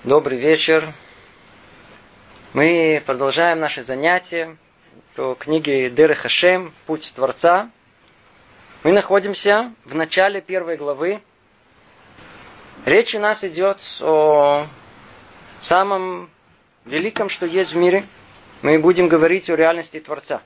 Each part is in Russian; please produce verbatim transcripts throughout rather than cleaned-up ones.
Добрый вечер. Мы продолжаем наши занятия по книге Дерех Хашем, Путь Творца. Мы находимся в начале первой главы. Речь у нас идет о самом великом, что есть в мире. Мы будем говорить о реальности Творца.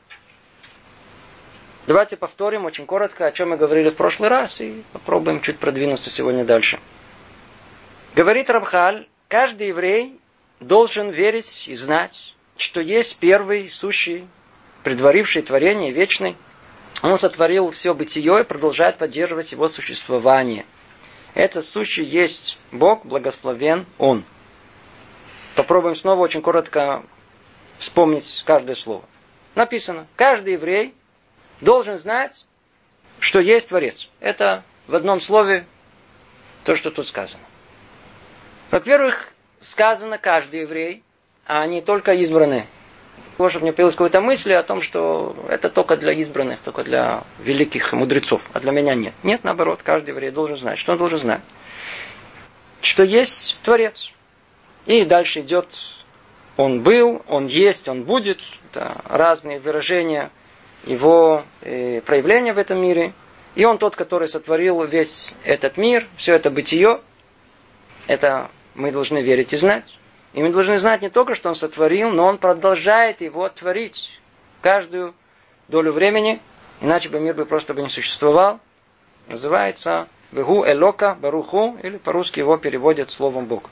Давайте повторим очень коротко, о чем мы говорили в прошлый раз, и попробуем чуть продвинуться сегодня дальше. Говорит Рамхаль, каждый еврей должен верить и знать, что есть первый, сущий, предваривший творение, вечный. Он сотворил все бытие и продолжает поддерживать его существование. Это сущий есть Бог, благословен Он. Попробуем снова очень коротко вспомнить каждое слово. Написано, каждый еврей должен знать, что есть Творец. Это в одном слове то, что тут сказано. Во-первых, сказано каждый еврей, а не только избранные. Чтобы мне появилась какая-то мысль о том, что это только для избранных, только для великих мудрецов, а для меня нет. Нет, наоборот, каждый еврей должен знать. Что он должен знать? Что есть Творец. И дальше идет он был, он есть, он будет. Это разные выражения его э, проявления в этом мире. И он тот, который сотворил весь этот мир, все это бытие. Это мы должны верить и знать. И мы должны знать не только, что он сотворил, но он продолжает его творить каждую долю времени. Иначе бы мир бы просто бы не существовал. Называется «Вегу элока баруху», или по-русски его переводят словом «Бог».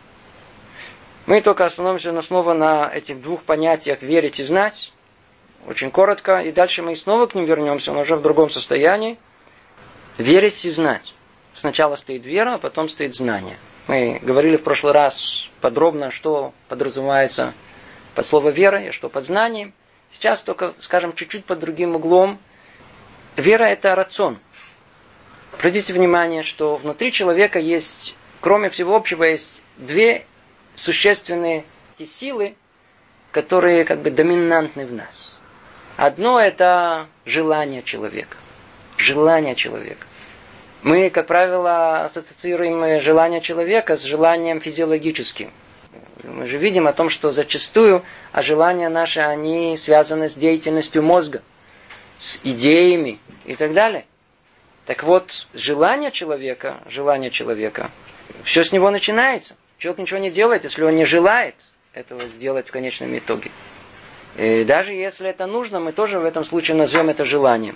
Мы только остановимся снова на этих двух понятиях «верить» и «знать». Очень коротко. И дальше мы снова к ним вернемся, но уже в другом состоянии. Верить и знать. Сначала стоит вера, а потом стоит знание. Мы говорили в прошлый раз подробно, что подразумевается под слово «вера» и что под знанием. Сейчас только скажем чуть-чуть под другим углом. Вера – это рацион. Обратите внимание, что внутри человека есть, кроме всего общего, есть две существенные силы, которые как бы доминантны в нас. Одно – это желание человека. Желание человека. Мы, как правило, ассоциируем желание человека с желанием физиологическим. Мы же видим о том, что зачастую а желания наши, они связаны с деятельностью мозга, с идеями и так далее. Так вот, желание человека, желание человека, все с него начинается. Человек ничего не делает, если он не желает этого сделать в конечном итоге. И даже если это нужно, мы тоже в этом случае назовем это желанием.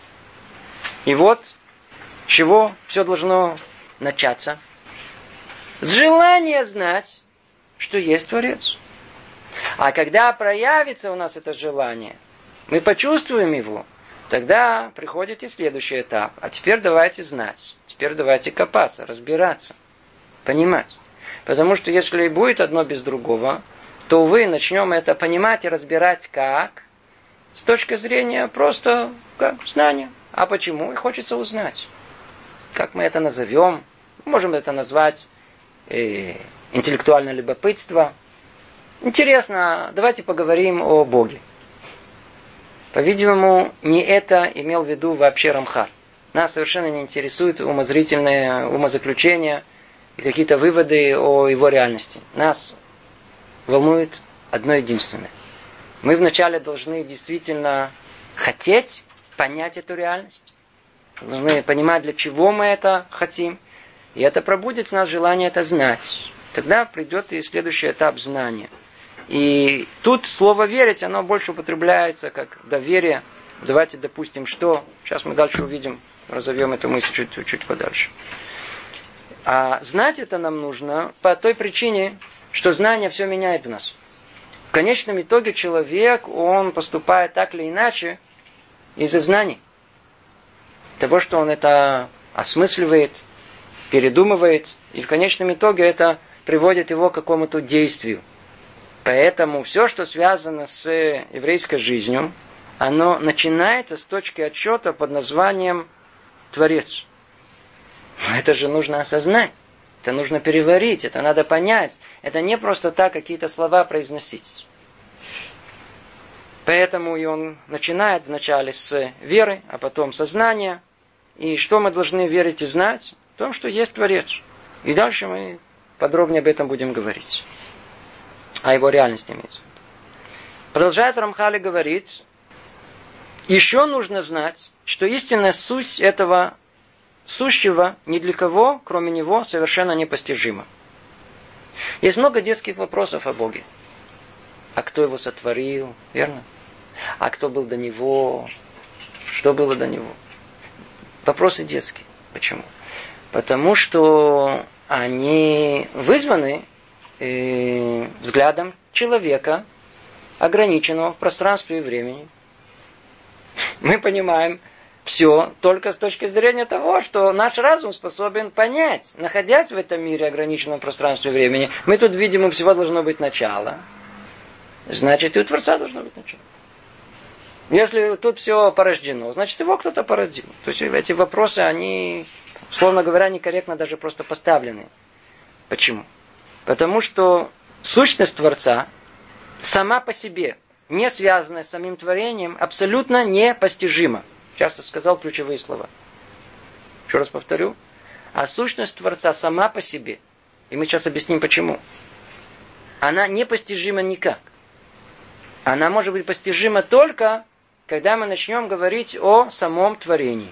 И вот, с чего все должно начаться? С желания знать, что есть Творец. А когда проявится у нас это желание, мы почувствуем его, тогда приходит и следующий этап. А теперь давайте знать. Теперь давайте копаться, разбираться, понимать. Потому что если будет одно без другого, то, увы, начнем это понимать и разбирать как? С точки зрения просто как знания. А почему? И хочется узнать. Как мы это назовем? Можем это назвать э, интеллектуальное любопытство. Интересно, давайте поговорим о Боге. По-видимому, не это имел в виду вообще Рамхаль. Нас совершенно не интересуют умозрительные умозаключения и какие-то выводы о его реальности. Нас волнует одно единственное. Мы вначале должны действительно хотеть понять эту реальность. Должны понимать, для чего мы это хотим. И это пробудит в нас желание это знать. Тогда придет и следующий этап знания. И тут слово «верить», оно больше употребляется как доверие. Давайте допустим, что... Сейчас мы дальше увидим, разовьем эту мысль чуть-чуть подальше. А знать это нам нужно по той причине, что знание все меняет в нас. В конечном итоге человек, он поступает так или иначе из-за знаний. Того, что он это осмысливает, передумывает, и в конечном итоге это приводит его к какому-то действию. Поэтому все, что связано с еврейской жизнью, оно начинается с точки отсчета под названием Творец. Но это же нужно осознать, это нужно переварить, это надо понять. Это не просто так какие-то слова произносить. Поэтому и он начинает вначале с веры, а потом со знания. И что мы должны верить и знать? В том, что есть Творец. И дальше мы подробнее об этом будем говорить. О его реальности имеется. Продолжает Рамхаль и говорит, еще нужно знать, что истинная суть этого сущего ни для кого, кроме него, совершенно непостижима. Есть много детских вопросов о Боге. А кто его сотворил, верно? А кто был до него? Что было до него? Вопросы детские. Почему? Потому что они вызваны э, взглядом человека, ограниченного в пространстве и времени. Мы понимаем все только с точки зрения того, что наш разум способен понять. Находясь в этом мире, ограниченном в пространстве и времени, мы тут видим, у всего должно быть начало. Значит, и у Творца должно быть начало. Если тут все порождено, значит, его кто-то породил. То есть эти вопросы, они, условно говоря, некорректно даже просто поставлены. Почему? Потому что сущность Творца сама по себе, не связанная с самим творением, абсолютно непостижима. Сейчас я сказал ключевые слова. Еще раз повторю. А сущность Творца сама по себе, и мы сейчас объясним почему, она непостижима никак. Она может быть постижима только, когда мы начнем говорить о самом творении.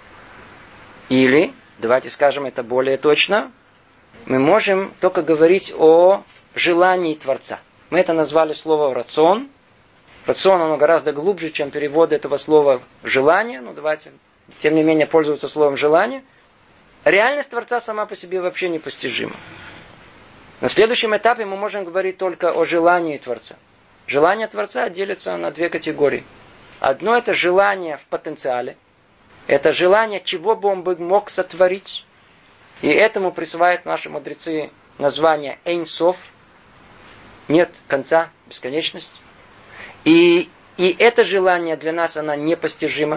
Или, давайте скажем это более точно, мы можем только говорить о желании Творца. Мы это назвали слово «рацион». Рацион, оно гораздо глубже, чем перевод этого слова «желание». Ну, давайте, тем не менее, пользоваться словом «желание». Реальность Творца сама по себе вообще непостижима. На следующем этапе мы можем говорить только о желании Творца. Желание Творца делится на две категории. Одно – это желание в потенциале. Это желание, чего бы он бы мог сотворить. И этому присваивают наши мудрецы название «эйн соф». Нет конца, бесконечность. И, и это желание для нас, оно непостижимо.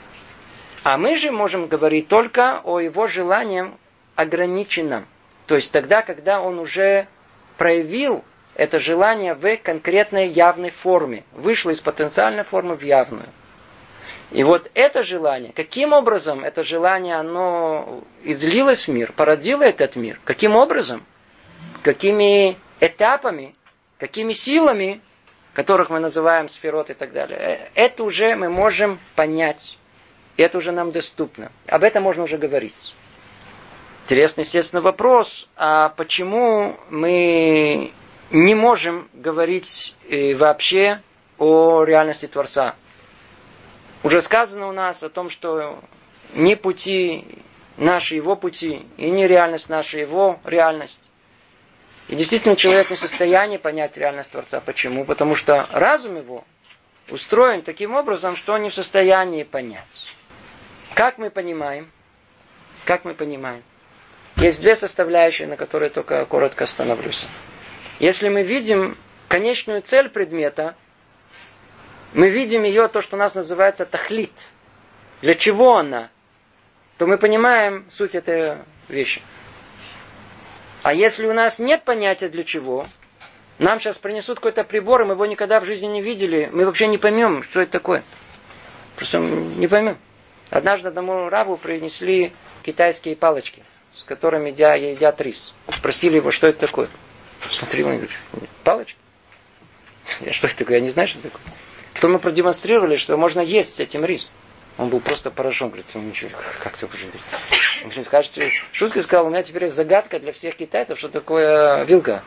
А мы же можем говорить только о его желании ограниченном. То есть тогда, когда он уже проявил это желание в конкретной явной форме. Вышло из потенциальной формы в явную. И вот это желание, каким образом это желание, оно излилось в мир, породило этот мир? Каким образом? Какими этапами? Какими силами, которых мы называем сферот и так далее? Это уже мы можем понять. Это уже нам доступно. Об этом можно уже говорить. Интересный, естественно, вопрос, а почему мы не можем говорить вообще о реальности Творца? Уже сказано у нас о том, что ни пути наши его пути, и не реальность наша его реальность. И действительно, человек не в состоянии понять реальность Творца. Почему? Потому что разум его устроен таким образом, что он не в состоянии понять. Как мы понимаем? Как мы понимаем? Есть две составляющие, на которые только коротко остановлюсь. Если мы видим конечную цель предмета, мы видим ее, то, что у нас называется тахлит. Для чего она? То мы понимаем суть этой вещи. А если у нас нет понятия для чего, нам сейчас принесут какой-то прибор, и мы его никогда в жизни не видели, мы вообще не поймем, что это такое. Просто не поймем. Однажды одному рабу принесли китайские палочки, с которыми едят рис. Спросили его, что это такое. Смотрел, он говорит, палочки? Я что это такое? Я не знаю, что это такое. Потом мы продемонстрировали, что можно есть с этим рис. Он был просто поражен. Говорит, ну ничего, как это уже? Он в качестве шутки сказал, у меня теперь есть загадка для всех китайцев, что такое вилка.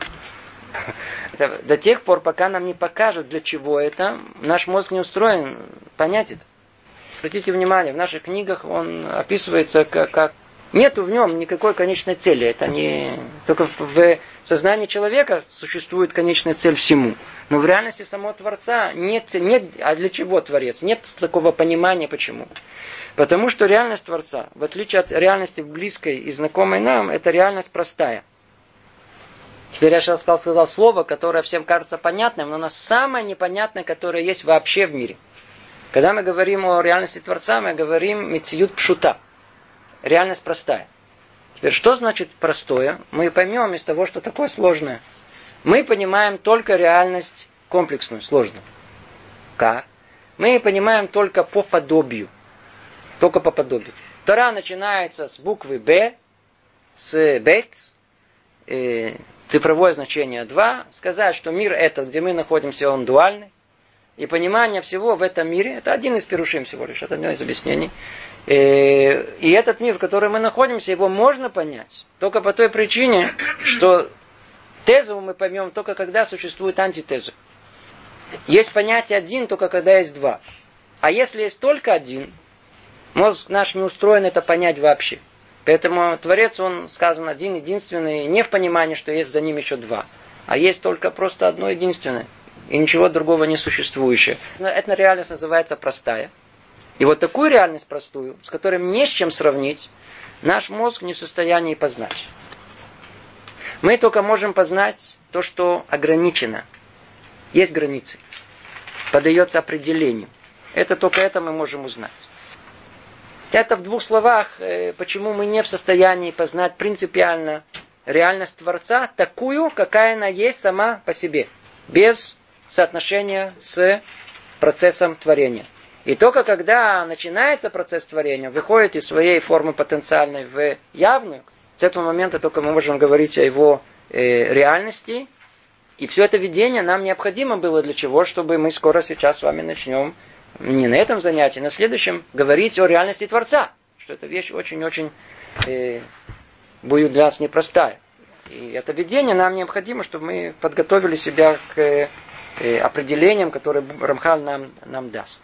Это до тех пор, пока нам не покажут, для чего это, наш мозг не устроен понять это. Обратите внимание, в наших книгах он описывается как, как нету в нем никакой конечной цели. Это не только в сознании человека существует конечная цель всему. Но в реальности самого Творца нет, нет, а для чего Творец? Нет такого понимания, почему. Потому что реальность Творца, в отличие от реальности близкой и знакомой нам, это реальность простая. Теперь я сейчас сказал, сказал слово, которое всем кажется понятным, но оно самое непонятное, которое есть вообще в мире. Когда мы говорим о реальности Творца, мы говорим мециют пшута. Реальность простая. Теперь, что значит простое? Мы поймем из того, что такое сложное. Мы понимаем только реальность комплексную, сложную. Как? Мы понимаем только по подобию. Только по подобию. Тора начинается с буквы Б, с бет, э, цифровое значение два, сказать, что мир этот, где мы находимся, он дуальный, и понимание всего в этом мире, это один из пирушим всего лишь, это одно из объяснений. Э, и этот мир, в котором мы находимся, его можно понять только по той причине, что тезу мы поймем только когда существует антитеза. Есть понятие один, только когда есть два. А если есть только один, мозг наш не устроен это понять вообще. Поэтому Творец, он сказан один, единственный, не в понимании, что есть за ним еще два. А есть только просто одно единственное. И ничего другого не существующее. Эта реальность называется простая. И вот такую реальность простую, с которой не с чем сравнить, наш мозг не в состоянии познать. Мы только можем познать то, что ограничено. Есть границы. Подается определению. Это только это мы можем узнать. Это в двух словах, почему мы не в состоянии познать принципиально реальность Творца, такую, какая она есть сама по себе. Без соотношения с процессом творения. И только когда начинается процесс творения, выходит из своей формы потенциальной в явную, с этого момента только мы можем говорить о его э, реальности. И все это видение нам необходимо было для чего? Чтобы мы скоро сейчас с вами начнем, не на этом занятии, на следующем, говорить о реальности Творца. Что эта вещь очень-очень э, будет для нас непростая. И это видение нам необходимо, чтобы мы подготовили себя к э, определениям, которые Рамхаль нам, нам даст.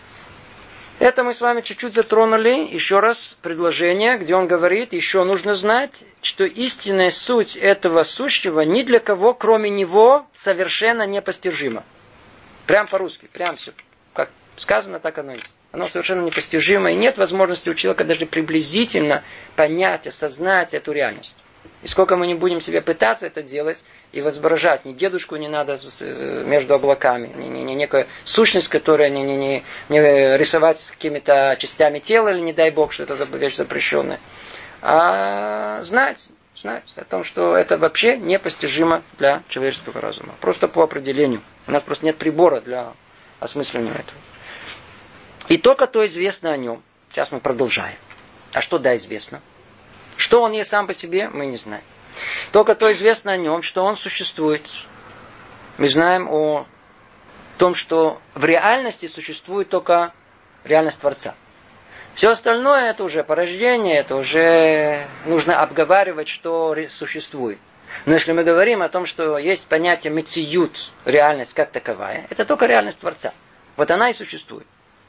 Это мы с вами чуть-чуть затронули. Еще раз предложение, где он говорит, еще нужно знать, что истинная суть этого сущего ни для кого, кроме него, совершенно непостижима. Прям по-русски, прям все. Как сказано, так оно и есть. Оно совершенно непостижимо, и нет возможности у человека даже приблизительно понять, осознать эту реальность. И сколько мы не будем себе пытаться это делать и возображать, ни дедушку не надо между облаками, ни, ни, ни некая сущность, которая не, не, не, не рисовать с какими-то частями тела, или не дай Бог, что это вещь запрещенная, а знать, знать о том, что это вообще непостижимо для человеческого разума. Просто по определению. У нас просто нет прибора для осмысления этого. И только то известно о нем. Сейчас мы продолжаем. А что да известно? Что он есть сам по себе, мы не знаем. Только то известно о нем, что он существует. Мы знаем о том, что в реальности существует только реальность Творца. Все остальное это уже порождение, это уже нужно обговаривать, что существует. Но если мы говорим о том, что есть понятие мециют, реальность как таковая, это только реальность Творца. Вот она и существует.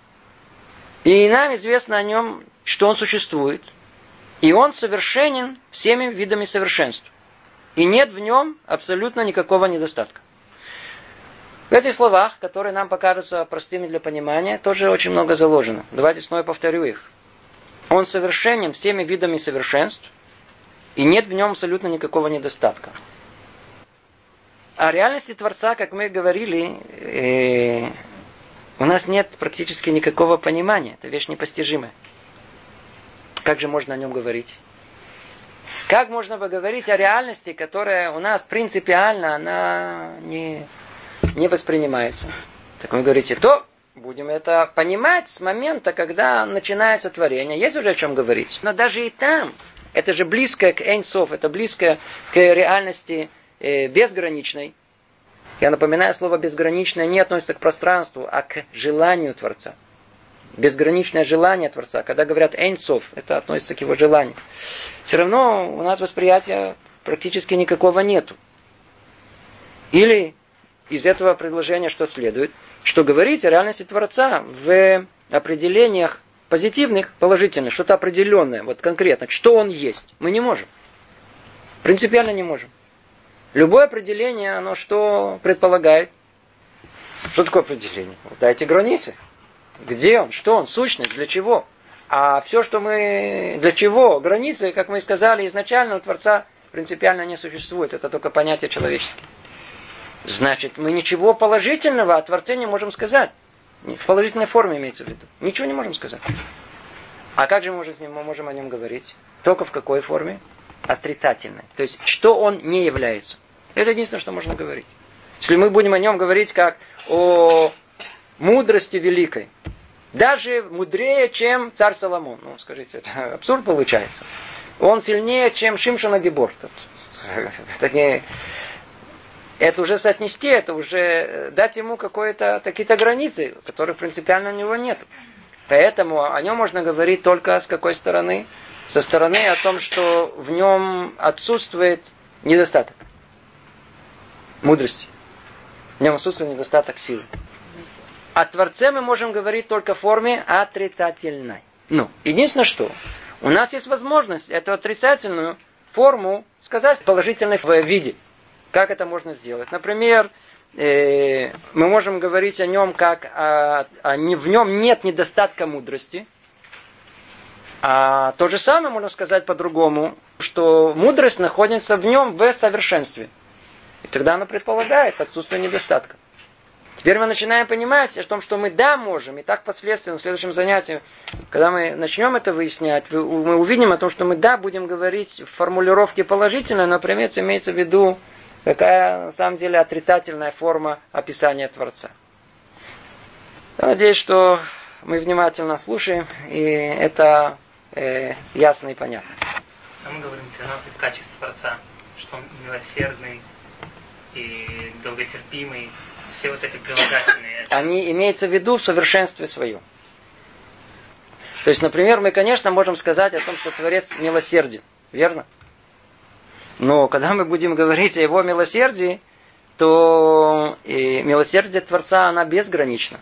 И нам известно о нем, что он существует. И он совершенен всеми видами совершенств. И нет в нем абсолютно никакого недостатка. В этих словах, которые нам покажутся простыми для понимания, тоже очень много заложено. Давайте снова повторю их. Он совершенен всеми видами совершенств. И нет в нем абсолютно никакого недостатка. О реальности Творца, как мы говорили, э, у нас нет практически никакого понимания. Это вещь непостижимая. Как же можно о нем говорить? Как можно поговорить о реальности, которая у нас принципиально, она не, не воспринимается? Так вы говорите, то будем это понимать с момента, когда начинается творение. Есть уже о чем говорить. Но даже и там, это же близко к Эйн Соф, это близко к реальности э, безграничной. Я напоминаю, слово безграничное не относится к пространству, а к желанию Творца. Безграничное желание Творца. Когда говорят Эйн Соф, это относится к его желанию. Все равно у нас восприятия практически никакого нету. Или из этого предложения что следует? Что говорить о реальности Творца в определениях позитивных, положительных, что-то определенное, вот конкретно, что он есть, мы не можем. Принципиально не можем. Любое определение, оно что предполагает? Что такое определение? Дайте границы. Где он? Что он? Сущность? Для чего? А все, что мы... Для чего? Границы, как мы сказали изначально, у Творца принципиально не существует. Это только понятие человеческое. Значит, мы ничего положительного о Творце не можем сказать. В положительной форме имеется в виду. Ничего не можем сказать. А как же мы можем, с ним, мы можем о нем говорить? Только в какой форме? Отрицательной. То есть, что он не является. Это единственное, что можно говорить. Если мы будем о нем говорить как о мудрости великой, даже мудрее, чем царь Соломон. Ну, скажите, это абсурд получается. Он сильнее, чем Шимшон Агибор. Это, не, это уже соотнести, это уже дать ему какие-то, какие-то границы, которых принципиально у него нет. Поэтому о нем можно говорить только с какой стороны? Со стороны о том, что в нем отсутствует недостаток мудрости. В нем отсутствует недостаток силы. О Творце мы можем говорить только в форме отрицательной. Ну, единственное, что у нас есть возможность эту отрицательную форму сказать в положительном виде. Как это можно сделать? Например, э, мы можем говорить о нем, как о, о, не, в нем нет недостатка мудрости. А то же самое можно сказать по-другому, что мудрость находится в нем в совершенстве. И тогда она предполагает отсутствие недостатка. Теперь мы начинаем понимать о том, что мы да можем, и так впоследствии, на следующем занятии, когда мы начнем это выяснять, мы увидим о том, что мы да будем говорить в формулировке положительной, но, например, имеется в виду, какая на самом деле отрицательная форма описания Творца. Я надеюсь, что мы внимательно слушаем, и это э, ясно и понятно. А мы говорим тринадцать качеств Творца, что он милосердный и долготерпимый. Все вот эти прилагательные. Они имеются в виду в совершенстве своем. То есть, например, мы, конечно, можем сказать о том, что Творец милосерден. Верно? Но когда мы будем говорить о его милосердии, то и милосердие Творца, она безгранична.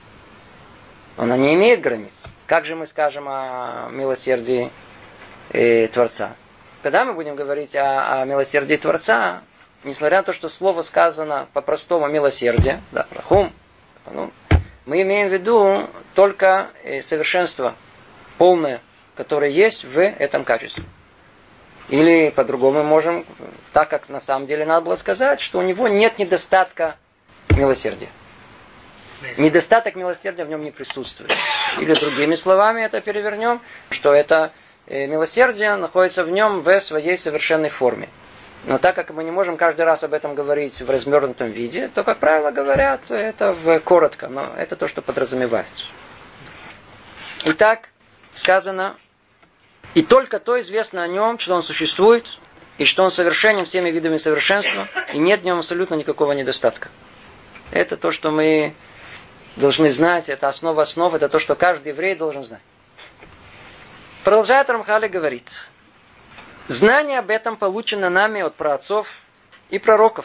Она не имеет границ. Как же мы скажем о милосердии э, Творца? Когда мы будем говорить о, о милосердии Творца, несмотря на то, что слово сказано по-простому милосердие, да, рахум, ну, мы имеем в виду только совершенство полное, которое есть в этом качестве. Или по-другому можем, так как на самом деле надо было сказать, что у него нет недостатка милосердия. Недостаток милосердия в нем не присутствует. Или другими словами это перевернем, что это милосердие находится в нем в своей совершенной форме. Но так как мы не можем каждый раз об этом говорить в развернутом виде, то, как правило, говорят это в коротко, но это то, что подразумевается. Итак, сказано, и только то известно о нем, что он существует, и что он совершенен всеми видами совершенства, и нет в нем абсолютно никакого недостатка. Это то, что мы должны знать, это основа основ, это то, что каждый еврей должен знать. Продолжает Рамхаль и говорит: знание об этом получено нами от праотцов и пророков.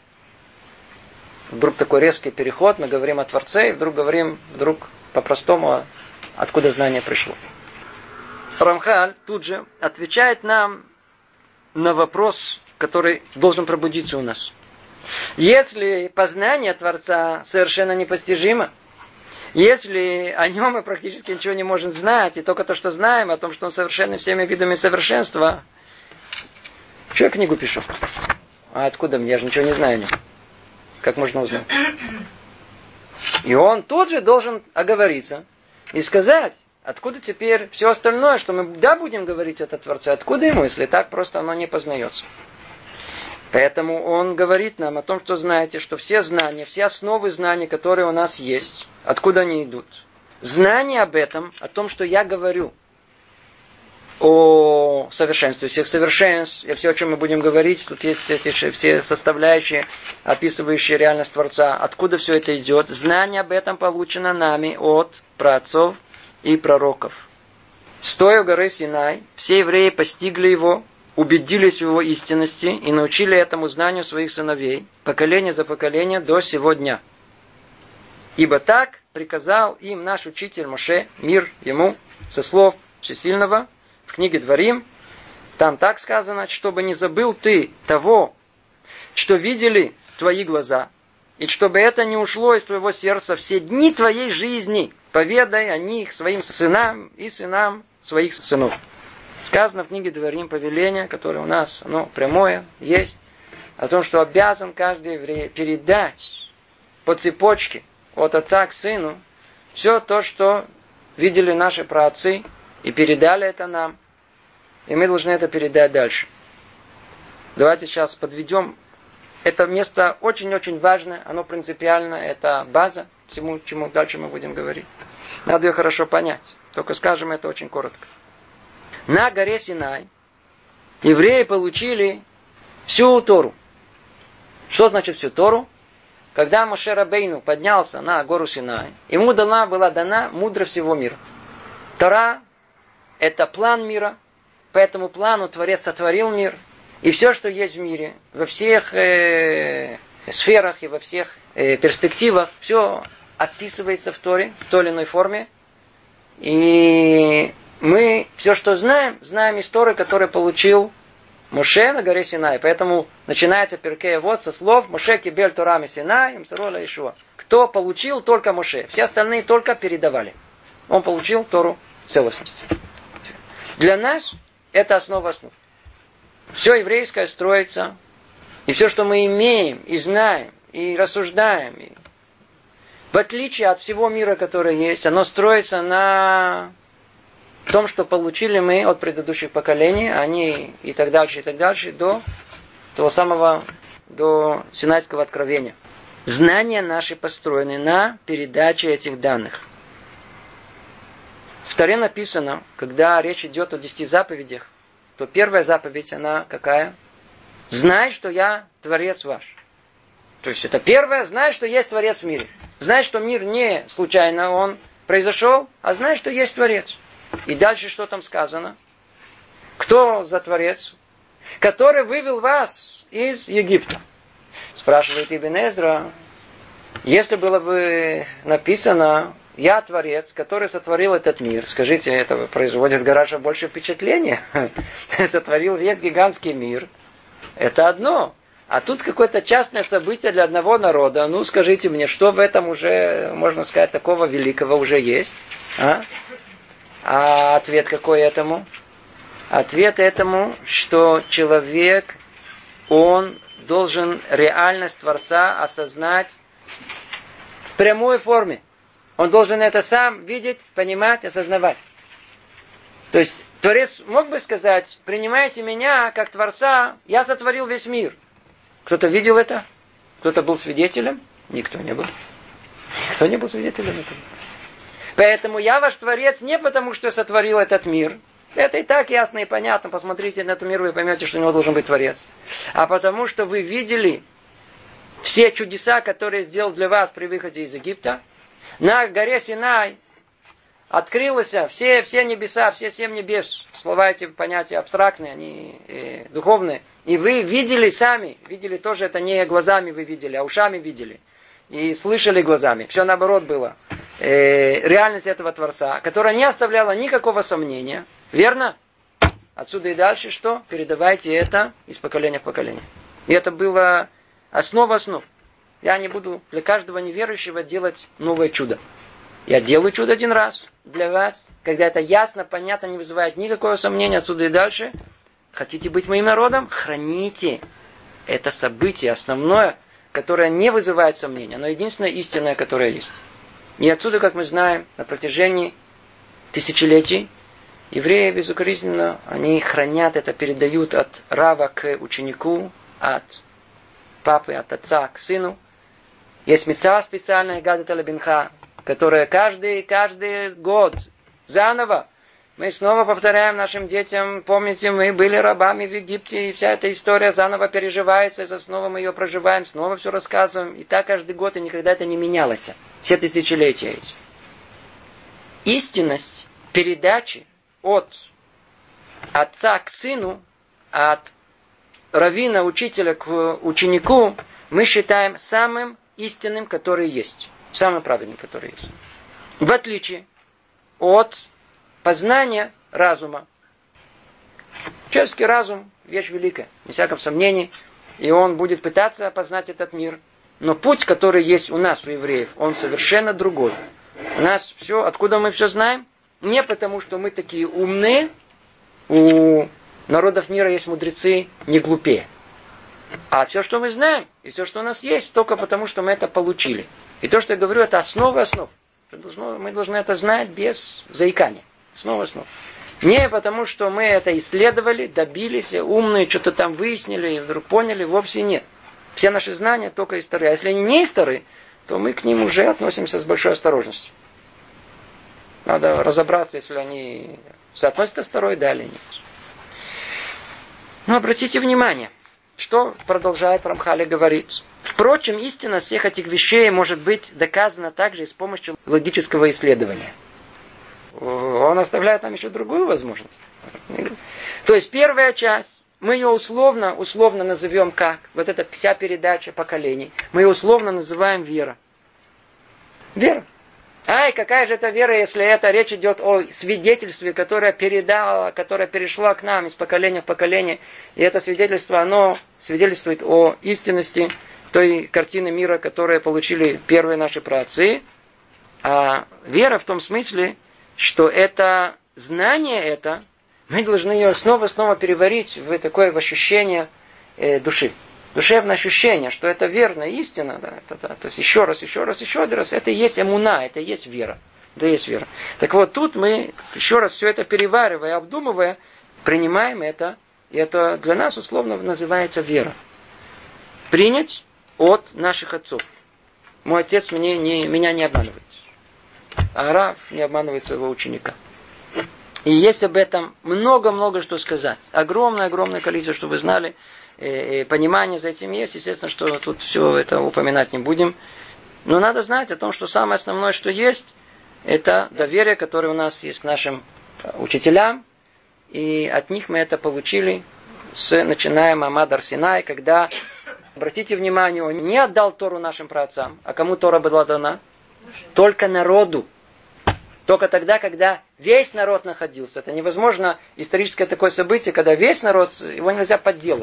Вдруг такой резкий переход, мы говорим о Творце, и вдруг говорим, вдруг по-простому, откуда знание пришло. Рамхаль тут же отвечает нам на вопрос, который должен пробудиться у нас. Если познание Творца совершенно непостижимо, если о нем мы практически ничего не можем знать, и только то, что знаем, о том, что он совершенен всеми видами совершенства, что я книгу пишу? А откуда мне? Я же ничего не знаю о нем. Как можно узнать? И он тут же должен оговориться и сказать, откуда теперь все остальное, что мы да будем говорить о Творце, откуда ему, если так просто оно не познается. Поэтому он говорит нам о том, что знаете, что все знания, все основы знаний, которые у нас есть, откуда они идут. Знание об этом, о том, что я говорю, о совершенстве всех совершенств, и все, о чем мы будем говорить, тут есть эти все составляющие, описывающие реальность Творца. Откуда все это идет? Знание об этом получено нами от праотцов и пророков. Стоя у горы Синай, все евреи постигли его, убедились в его истинности и научили этому знанию своих сыновей, поколение за поколение до сего дня. Ибо так приказал им наш учитель Моше, мир ему, со слов Всесильного, в книге Дворим, там так сказано, чтобы не забыл ты того, что видели твои глаза, и чтобы это не ушло из твоего сердца все дни твоей жизни, поведай о них своим сынам и сынам своих сынов. Сказано в книге Дворим повеление, которое у нас, оно прямое, есть, о том, что обязан каждый еврей передать по цепочке от отца к сыну все то, что видели наши праотцы, и передали это нам, и мы должны это передать дальше. Давайте сейчас подведем. Это место очень-очень важное, оно принципиально, это база всему, чему дальше мы будем говорить. Надо ее хорошо понять, только скажем это очень коротко. На горе Синай евреи получили Всю Тору. Что значит всю Тору? Когда Моше Рабейну поднялся на гору Синай, ему дана, была дана мудрость всего мира. Тора – это план мира. По этому плану Творец сотворил мир. И все, что есть в мире, во всех э, сферах и во всех э, перспективах, все описывается в Торе в той или иной форме. И мы все, что знаем, знаем из Торы, которую получил Моше на горе Синай. Поэтому начинается Перкей Авот со слов Моше кибель Торами Синай, Имсарола Ишуа. Кто получил? Только Моше. Все остальные только передавали. Он получил Тору в целостности. Для нас это основа основ. Все еврейское строится, и все, что мы имеем, и знаем, и рассуждаем, и в отличие от всего мира, который есть, оно строится на том, что получили мы от предыдущих поколений, они и так дальше, и так дальше, до того самого, до Синайского откровения. Знания наши построены на передаче этих данных. В Торе написано, когда речь идет о десяти заповедях, то первая заповедь, она какая? Знай, что я Творец ваш. То есть это первое, знай, что есть Творец в мире. Знай, что мир не случайно он произошел, а знай, что есть Творец. И дальше что там сказано? Кто за Творец? Который вывел вас из Египта. Спрашивает Ибн Эзра, если было бы написано «Я Творец, который сотворил этот мир». Скажите, это производит гораздо больше впечатления. Сотворил весь гигантский мир. Это одно. А тут какое-то частное событие для одного народа. Ну, скажите мне, что в этом уже, можно сказать, такого великого уже есть? А, а ответ какой этому? Ответ этому, что человек, он должен реальность Творца осознать в прямой форме. Он должен это сам видеть, понимать, осознавать. То есть Творец мог бы сказать, принимайте меня как Творца, я сотворил весь мир. Кто-то видел это? Кто-то был свидетелем? Никто не был. Никто не был свидетелем этого. Поэтому я ваш Творец не потому, что я сотворил этот мир. Это и так ясно и понятно. Посмотрите на этот мир, вы поймете, что у него должен быть Творец. А потому, что вы видели все чудеса, которые сделал для вас при выходе из Египта. На горе Синай открылось все, все небеса, все семь небес. Слова эти понятия абстрактные, они э, духовные. И вы видели сами, видели тоже, это не глазами вы видели, а ушами видели. И слышали глазами. Все наоборот было. Э, реальность этого Творца, которая не оставляла никакого сомнения. Верно? Отсюда и дальше что? Передавайте это из поколения в поколение. И это было основа основ. Я не буду для каждого неверующего делать новое чудо. Я делаю чудо один раз для вас, когда это ясно, понятно, не вызывает никакого сомнения отсюда и дальше. Хотите быть моим народом? Храните это событие основное, которое не вызывает сомнения, но единственное истинное, которое есть. И отсюда, как мы знаем, на протяжении тысячелетий евреи безукоризненно, они хранят это, передают от рава к ученику, от папы, от отца к сыну. Есть мицва специальная, гадат аль-бинха, которая каждый, каждый год заново мы снова повторяем нашим детям. Помните, мы были рабами в Египте, и вся эта история заново переживается, и снова мы ее проживаем, снова все рассказываем. И так каждый год, и никогда это не менялось. Все тысячелетия эти. Истинность передачи от отца к сыну, от раввина, учителя к ученику, мы считаем самым истинным, который есть. Самым правильным, который есть. В отличие от познания разума. Человеческий разум – вещь великая, без всякого сомнения. И он будет пытаться познать этот мир. Но путь, который есть у нас, у евреев, он совершенно другой. У нас все, откуда мы все знаем? Не потому, что мы такие умные. У народов мира есть мудрецы не глупее. А все, что мы знаем, и все, что у нас есть, только потому, что мы это получили. И то, что я говорю, это основа основ. Мы должны это знать без заикания. Основа основ. Не потому, что мы это исследовали, добились, умные, что-то там выяснили, и вдруг поняли, вовсе нет. Все наши знания только из Торы. А если они не из Торы, то мы к ним уже относимся с большой осторожностью. Надо разобраться, если они соотносятся с Торой, да или нет. Но обратите внимание. что продолжает Рамхаль говорить? Впрочем, истина всех этих вещей может быть доказана также и с помощью логического исследования. Он оставляет нам еще другую возможность. То есть первая часть, мы ее условно, условно назовем как? Вот эта вся передача поколений. Мы ее условно называем вера. Вера. Ай, какая же это вера, если это речь идет о свидетельстве, которое передало, которое перешло к нам из поколения в поколение. И это свидетельство, оно свидетельствует о истинности той картины мира, которую получили первые наши праотцы. А вера в том смысле, что это знание это, мы должны ее снова-снова переварить в такое в ощущение э, души. Душевное ощущение, что это верно, истина. Да, это, да. То есть еще раз, еще раз, еще раз. Это и есть эмуна, это и есть вера. Это и есть вера. Так вот, тут мы еще раз все это переваривая, обдумывая, принимаем это. И это для нас условно называется вера. Принять от наших отцов. Мой отец мне не, меня не обманывает. А Рав не обманывает своего ученика. И есть об этом много-много что сказать. Огромное-огромное количество, чтобы вы знали. И понимание за этим есть. Естественно, что тут все это упоминать не будем. Но надо знать о том, что самое основное, что есть, это доверие, которое у нас есть к нашим учителям. И от них мы это получили, с, начиная Маамад ар-Синай, когда, обратите внимание, он не отдал Тору нашим праотцам. А кому Тора была дана? Только народу. Только тогда, когда весь народ находился. Это невозможно, историческое такое событие, когда весь народ, его нельзя подделать.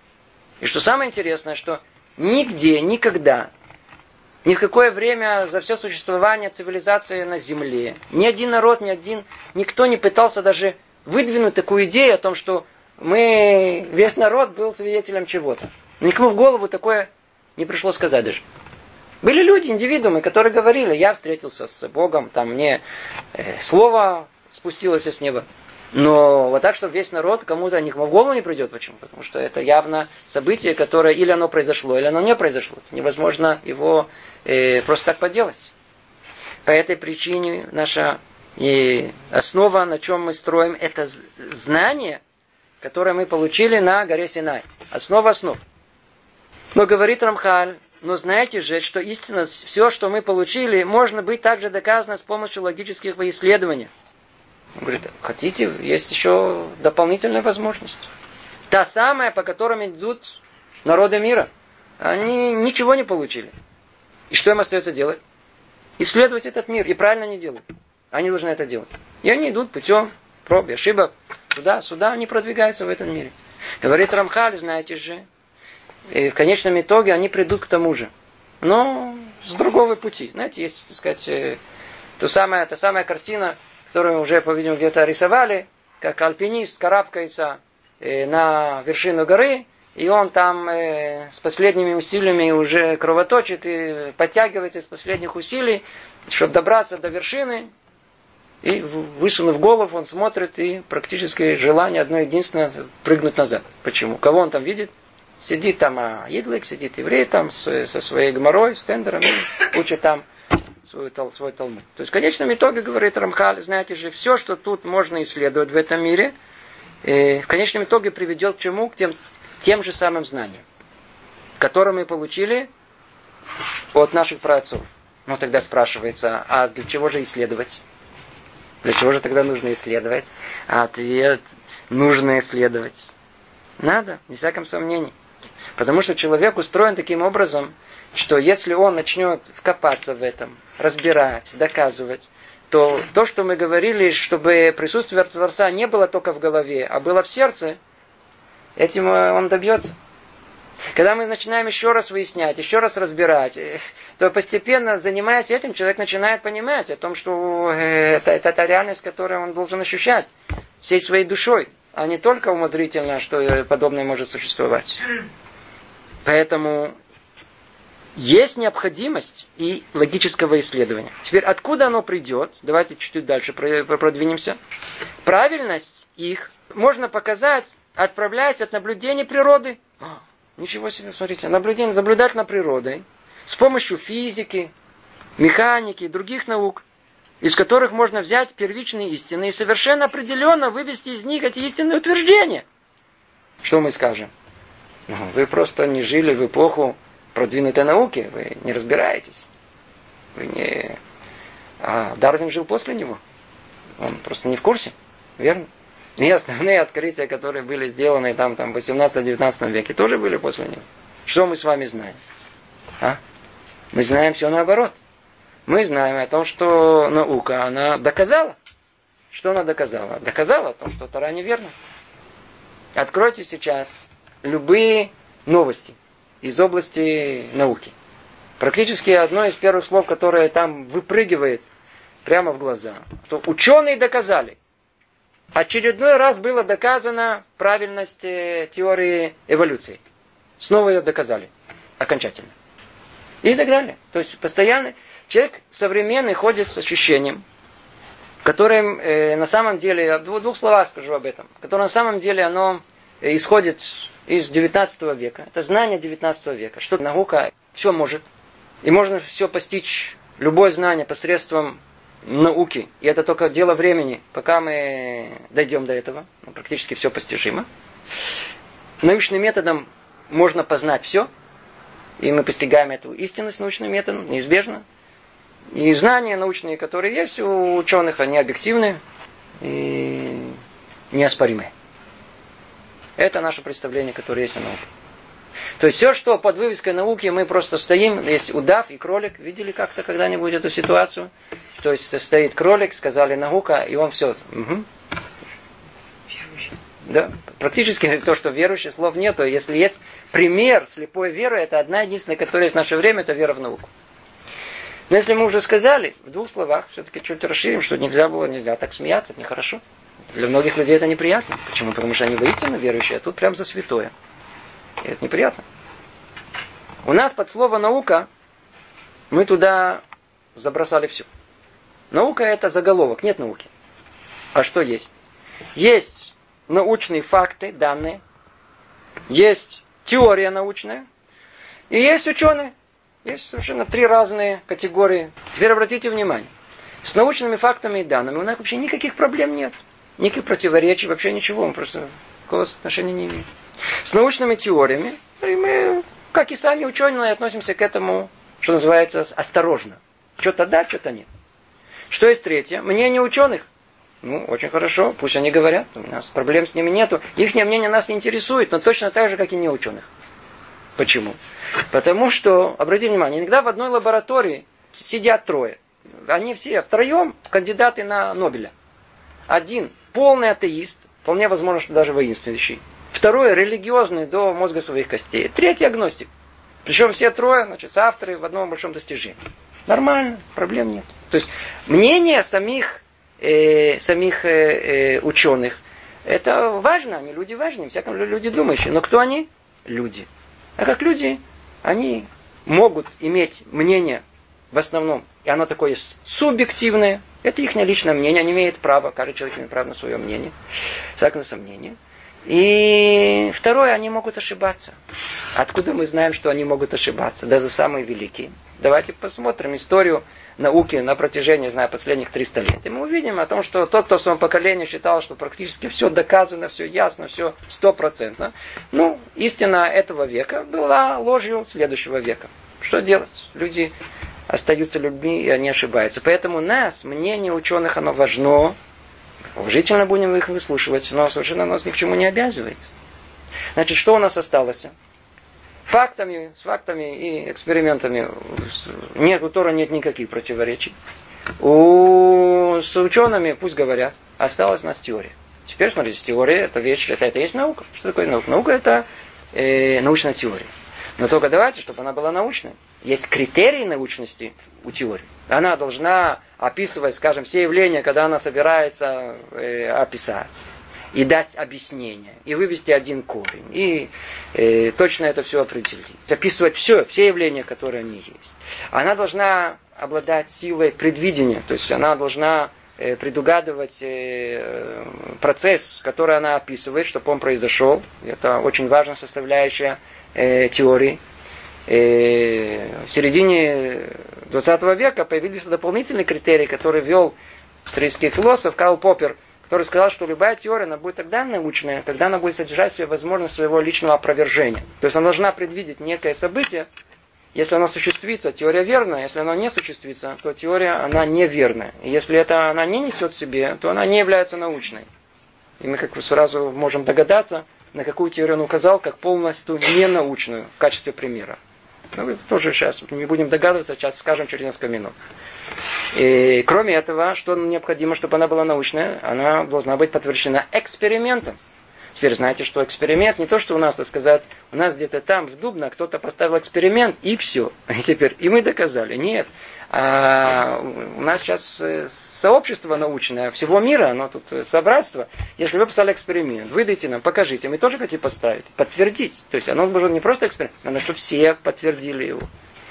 И что самое интересное, что нигде, никогда, ни в какое время за все существование цивилизации на Земле, ни один народ, ни один, никто не пытался даже выдвинуть такую идею о том, что мы, весь народ был свидетелем чего-то. Никому в голову такое не пришло сказать даже. Были люди, индивидуумы, которые говорили, я встретился с Богом, там мне э, слово спустилось с неба. Но вот так, что весь народ кому-то в голову не придет. Почему? Потому что это явно событие, которое или оно произошло, или оно не произошло. Невозможно его э, просто так поделать. По этой причине наша э, основа, на чем мы строим, это знание, которое мы получили на горе Синай. Основа основ. Но говорит Рамхаль, но знаете же, что истина, все, что мы получили, можно быть также доказано с помощью логических исследований. Он говорит, хотите, есть еще дополнительная возможность. Та самая, по которой идут народы мира. Они ничего не получили. И что им остается делать? Исследовать этот мир. И правильно они делают. Они должны это делать. И они идут путем проб и ошибок. Туда-сюда они продвигаются в этом мире. Говорит Рамхаль, знаете же, и в конечном итоге они придут к тому же. Но с другого пути. Знаете, есть, так сказать, та самая, та самая картина, которую уже, по-видимому, где-то рисовали, как альпинист карабкается э, на вершину горы, и он там э, с последними усилиями уже кровоточит и подтягивается из последних усилий, чтобы добраться до вершины. И, высунув голову, он смотрит, и практически желание одно единственное прыгнуть назад. Почему? Кого он там видит? Сидит там а, Идлик, сидит еврей там с, со своей гмарой, с тендером, и учит там свой, свой Талмуд. То есть в конечном итоге, говорит Рамхаль, знаете же, все, что тут можно исследовать в этом мире, э, в конечном итоге приведет к чему? К тем, тем же самым знаниям, которые мы получили от наших праотцов. Ну, тогда спрашивается, а для чего же исследовать? Для чего же тогда нужно исследовать? Ответ, нужно исследовать. Надо, без всяком сомнении. Потому что человек устроен таким образом, что если он начнет вкопаться в этом, разбирать, доказывать, то то, что мы говорили, чтобы присутствие Творца не было только в голове, а было в сердце, этим он добьется. Когда мы начинаем еще раз выяснять, еще раз разбирать, то постепенно, занимаясь этим, человек начинает понимать о том, что это, это та реальность, которую он должен ощущать всей своей душой, а не только умозрительно, что подобное может существовать. Поэтому есть необходимость и логического исследования. Теперь, откуда оно придет? Давайте чуть-чуть дальше продвинемся. Правильность их можно показать, отправляясь от наблюдений природы. О, ничего себе, смотрите, наблюдение, наблюдать на природой с помощью физики, механики и других наук, из которых можно взять первичные истины и совершенно определенно вывести из них эти истинные утверждения. Что мы скажем? Ну, вы просто не жили в эпоху продвинутой науки, вы не разбираетесь. Вы не... А Дарвин жил после него. Он просто не в курсе, верно? И основные открытия, которые были сделаны там, там, в восемнадцатом-девятнадцатом веке, тоже были после него. Что мы с вами знаем? А? Мы знаем все наоборот. Мы знаем о том, что наука, она доказала. Что она доказала? Доказала о том, что Тора неверна. Откройте сейчас любые новости из области науки. Практически одно из первых слов, которое там выпрыгивает прямо в глаза, что ученые доказали. Очередной раз было доказана правильность теории эволюции. Снова ее доказали. Окончательно. И так далее. То есть постоянно человек современный ходит с ощущением, которым э, на самом деле, я в двух словах скажу об этом, которое на самом деле оно исходит из девятнадцатого века. Это знание девятнадцатого века, что наука все может. И можно все постичь, любое знание посредством науки. И это только дело времени, пока мы дойдем до этого. Ну, практически все постижимо. Научным методом можно познать все. И мы постигаем эту истинность научным методом, неизбежно. И знания научные, которые есть у ученых, они объективны и неоспоримые. Это наше представление, которое есть о науке. То есть все, что под вывеской науки, мы просто стоим, есть удав и кролик. Видели как-то когда-нибудь эту ситуацию? То есть стоит кролик, сказали наука, и он все. Угу. Да, практически то, что верующий, слов нету. Если есть пример слепой веры, это одна единственная, которая есть в наше время, это вера в науку. Но если мы уже сказали, в двух словах, все-таки чуть расширим, что нельзя было, нельзя так смеяться, это нехорошо. Для многих людей это неприятно. Почему? Потому что они воистину верующие, а тут прям за святое. И это неприятно. У нас под слово наука мы туда забросали все. Наука это заголовок, нет науки. А что есть? Есть научные факты, данные, есть теория научная, и есть ученые. Есть совершенно три разные категории. Теперь обратите внимание. С научными фактами и данными у нас вообще никаких проблем нет. Никаких противоречий, вообще ничего. Мы просто никакого отношения не имеем. С научными теориями мы, как и сами ученые, относимся к этому, что называется, осторожно. Что-то да, что-то нет. Что есть третье? Мнение ученых. Ну, очень хорошо, пусть они говорят. У нас проблем с ними нету. Их мнение нас не интересует, но точно так же, как и не ученых. Почему? Потому что, обратите внимание, иногда в одной лаборатории сидят трое. Они все втроем кандидаты на Нобеля. Один полный атеист, вполне возможно, что даже воинствующий. Второй религиозный до мозга своих костей. Третий агностик. Причем все трое, значит, соавторы в одном большом достижении. Нормально, проблем нет. То есть мнение самих, э, самих э, э, ученых, это важно, они люди важные, всяком люди думающие. Но кто они? Люди. А как люди, они могут иметь мнение в основном, и оно такое субъективное, это их личное мнение, они имеют право, каждый человек имеет право на свое мнение, всякое сомнение. И второе, они могут ошибаться. Откуда мы знаем, что они могут ошибаться? Даже самые великие. Давайте посмотрим историю науки на протяжении, знаю, последних триста лет. И мы увидим о том, что тот, кто в своем поколении считал, что практически все доказано, все ясно, все стопроцентно, ну, истина этого века была ложью следующего века. Что делать? Люди остаются людьми, и они ошибаются. Поэтому нас, мнение ученых, оно важно. Уважительно будем их выслушивать, но совершенно нас ни к чему не обязывает. Значит, что у нас осталось? Фактами, с фактами и экспериментами нет, у Тора нет никаких противоречий. У, с учеными, пусть говорят, осталась у нас теория. Теперь, смотрите, теория это вещь, это, это есть наука. Что такое наука? Наука это э, научная теория. Но только давайте, чтобы она была научной. Есть критерии научности у теории. Она должна описывать, скажем, все явления, когда она собирается э, описать. И дать объяснение. И вывести один корень. И э, точно это все определить. Описывать все, все явления, которые они есть. Она должна обладать силой предвидения. То есть она должна э, предугадывать э, процесс, который она описывает, чтобы он произошел. Это очень важная составляющая э, теории. Э, в середине двадцатого века появились дополнительные критерии, которые ввел австрийский философ Карл Поппер, который сказал, что любая теория, она будет тогда научная, когда она будет содержать в себе возможность своего личного опровержения. То есть она должна предвидеть некое событие. Если оно осуществится, теория верная. Если оно не осуществится, то теория, она неверная. И если это она не несет в себе, то она не является научной. И мы как сразу можем догадаться, на какую теорию он указал, как полностью ненаучную в качестве примера. Но мы тоже сейчас не будем догадываться, сейчас скажем через несколько минут. И кроме этого, что необходимо, чтобы она была научная, она должна быть подтверждена экспериментом. Теперь знаете, что эксперимент не то, что у нас, так сказать, у нас где-то там, в Дубно, кто-то поставил эксперимент, и все. И теперь, и мы доказали. Нет. А у нас сейчас сообщество научное всего мира, оно тут собратство. Если вы поставили эксперимент, выдайте нам, покажите, мы тоже хотим поставить, подтвердить. То есть оно было не просто эксперимент, но что все подтвердили его.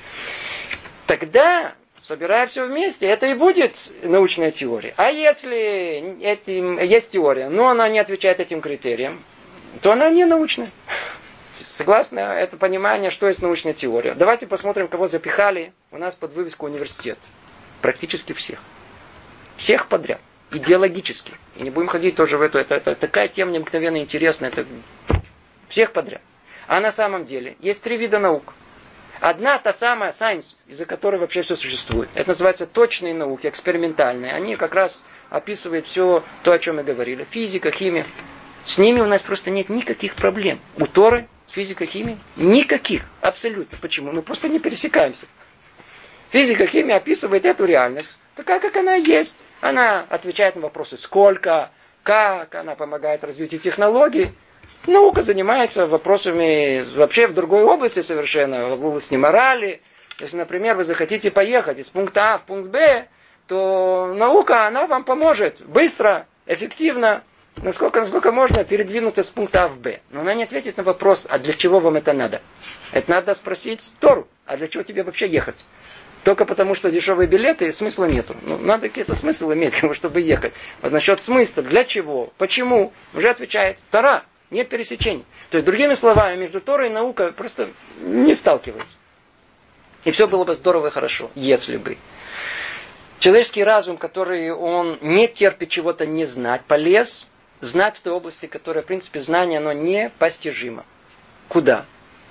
Тогда, собирая все вместе, это и будет научная теория. А если этим, есть теория, но она не отвечает этим критериям, то она не научная. Согласно это понимание, что есть научная теория. Давайте посмотрим, кого запихали у нас под вывеску университет. Практически всех. Всех подряд. Идеологически. И не будем ходить тоже в эту. Это, это такая тема необыкновенно интересная. Это всех подряд. А на самом деле есть три вида наук. Одна та самая science, из-за которой вообще все существует. Это называется точные науки, экспериментальные. Они как раз описывают все то, о чем мы говорили. Физика, химия. С ними у нас просто нет никаких проблем. У Торы, с физикой, химией, никаких. Абсолютно. Почему? Мы просто не пересекаемся. Физика, химия описывает эту реальность такая, как она есть. Она отвечает на вопросы сколько, как, она помогает развитию технологий. Наука занимается вопросами вообще в другой области совершенно, в области морали. Если, например, вы захотите поехать из пункта А в пункт Б, то наука, она вам поможет быстро, эффективно, насколько, насколько можно передвинуться с пункта А в Б. Но она не ответит на вопрос, а для чего вам это надо? Это надо спросить Тору, а для чего тебе вообще ехать? Только потому, что дешевые билеты, смысла нету. Ну, надо какой-то смысл иметь, чтобы ехать. Вот насчет смысла, для чего, почему, уже отвечает Тора. Нет пересечений. То есть, другими словами, между Торой и наукой просто не сталкиваются. И все было бы здорово и хорошо, если бы. Человеческий разум, который он не терпит чего-то не знать, полез знать в той области, которая, в принципе, знание, оно непостижимо. Куда?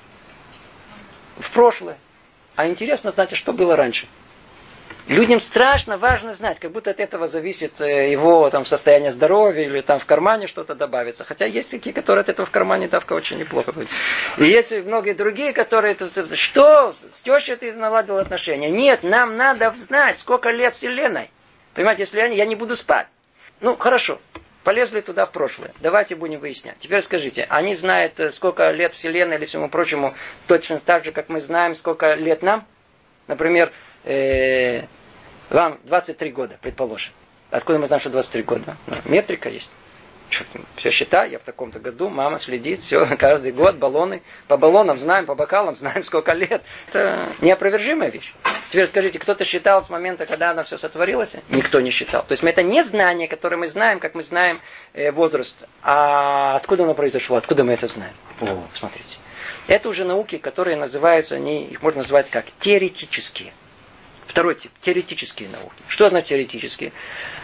В прошлое. А интересно знать, а что было раньше. Людям страшно важно знать, как будто от этого зависит его там, состояние здоровья или там в кармане что-то добавится. Хотя есть такие, которые от этого в кармане давка очень неплохо будет. И есть многие другие, которые... Что? С тещей ты наладил отношения? Нет, нам надо знать, сколько лет Вселенной. Понимаете, если я, я не буду спать. Ну, хорошо. Полезли туда в прошлое. Давайте будем выяснять. Теперь скажите, они знают, сколько лет Вселенной или всему прочему, точно так же, как мы знаем, сколько лет нам? Например, э, вам двадцать три года, предположим. Откуда мы знаем, что двадцать три года? Ну, метрика есть. Все считай, я в таком-то году, мама следит, все, каждый год, баллоны. По баллонам знаем, по бокалам знаем, сколько лет. Это неопровержимая вещь. Теперь скажите, кто-то считал с момента, когда оно все сотворилось? Никто не считал. То есть это не знание, которое мы знаем, как мы знаем э, возраст. А откуда оно произошло? Откуда мы это знаем? О, смотрите. Это уже науки, которые называются, они, их можно назвать как теоретические. Второй тип, теоретические науки. Что значит теоретические?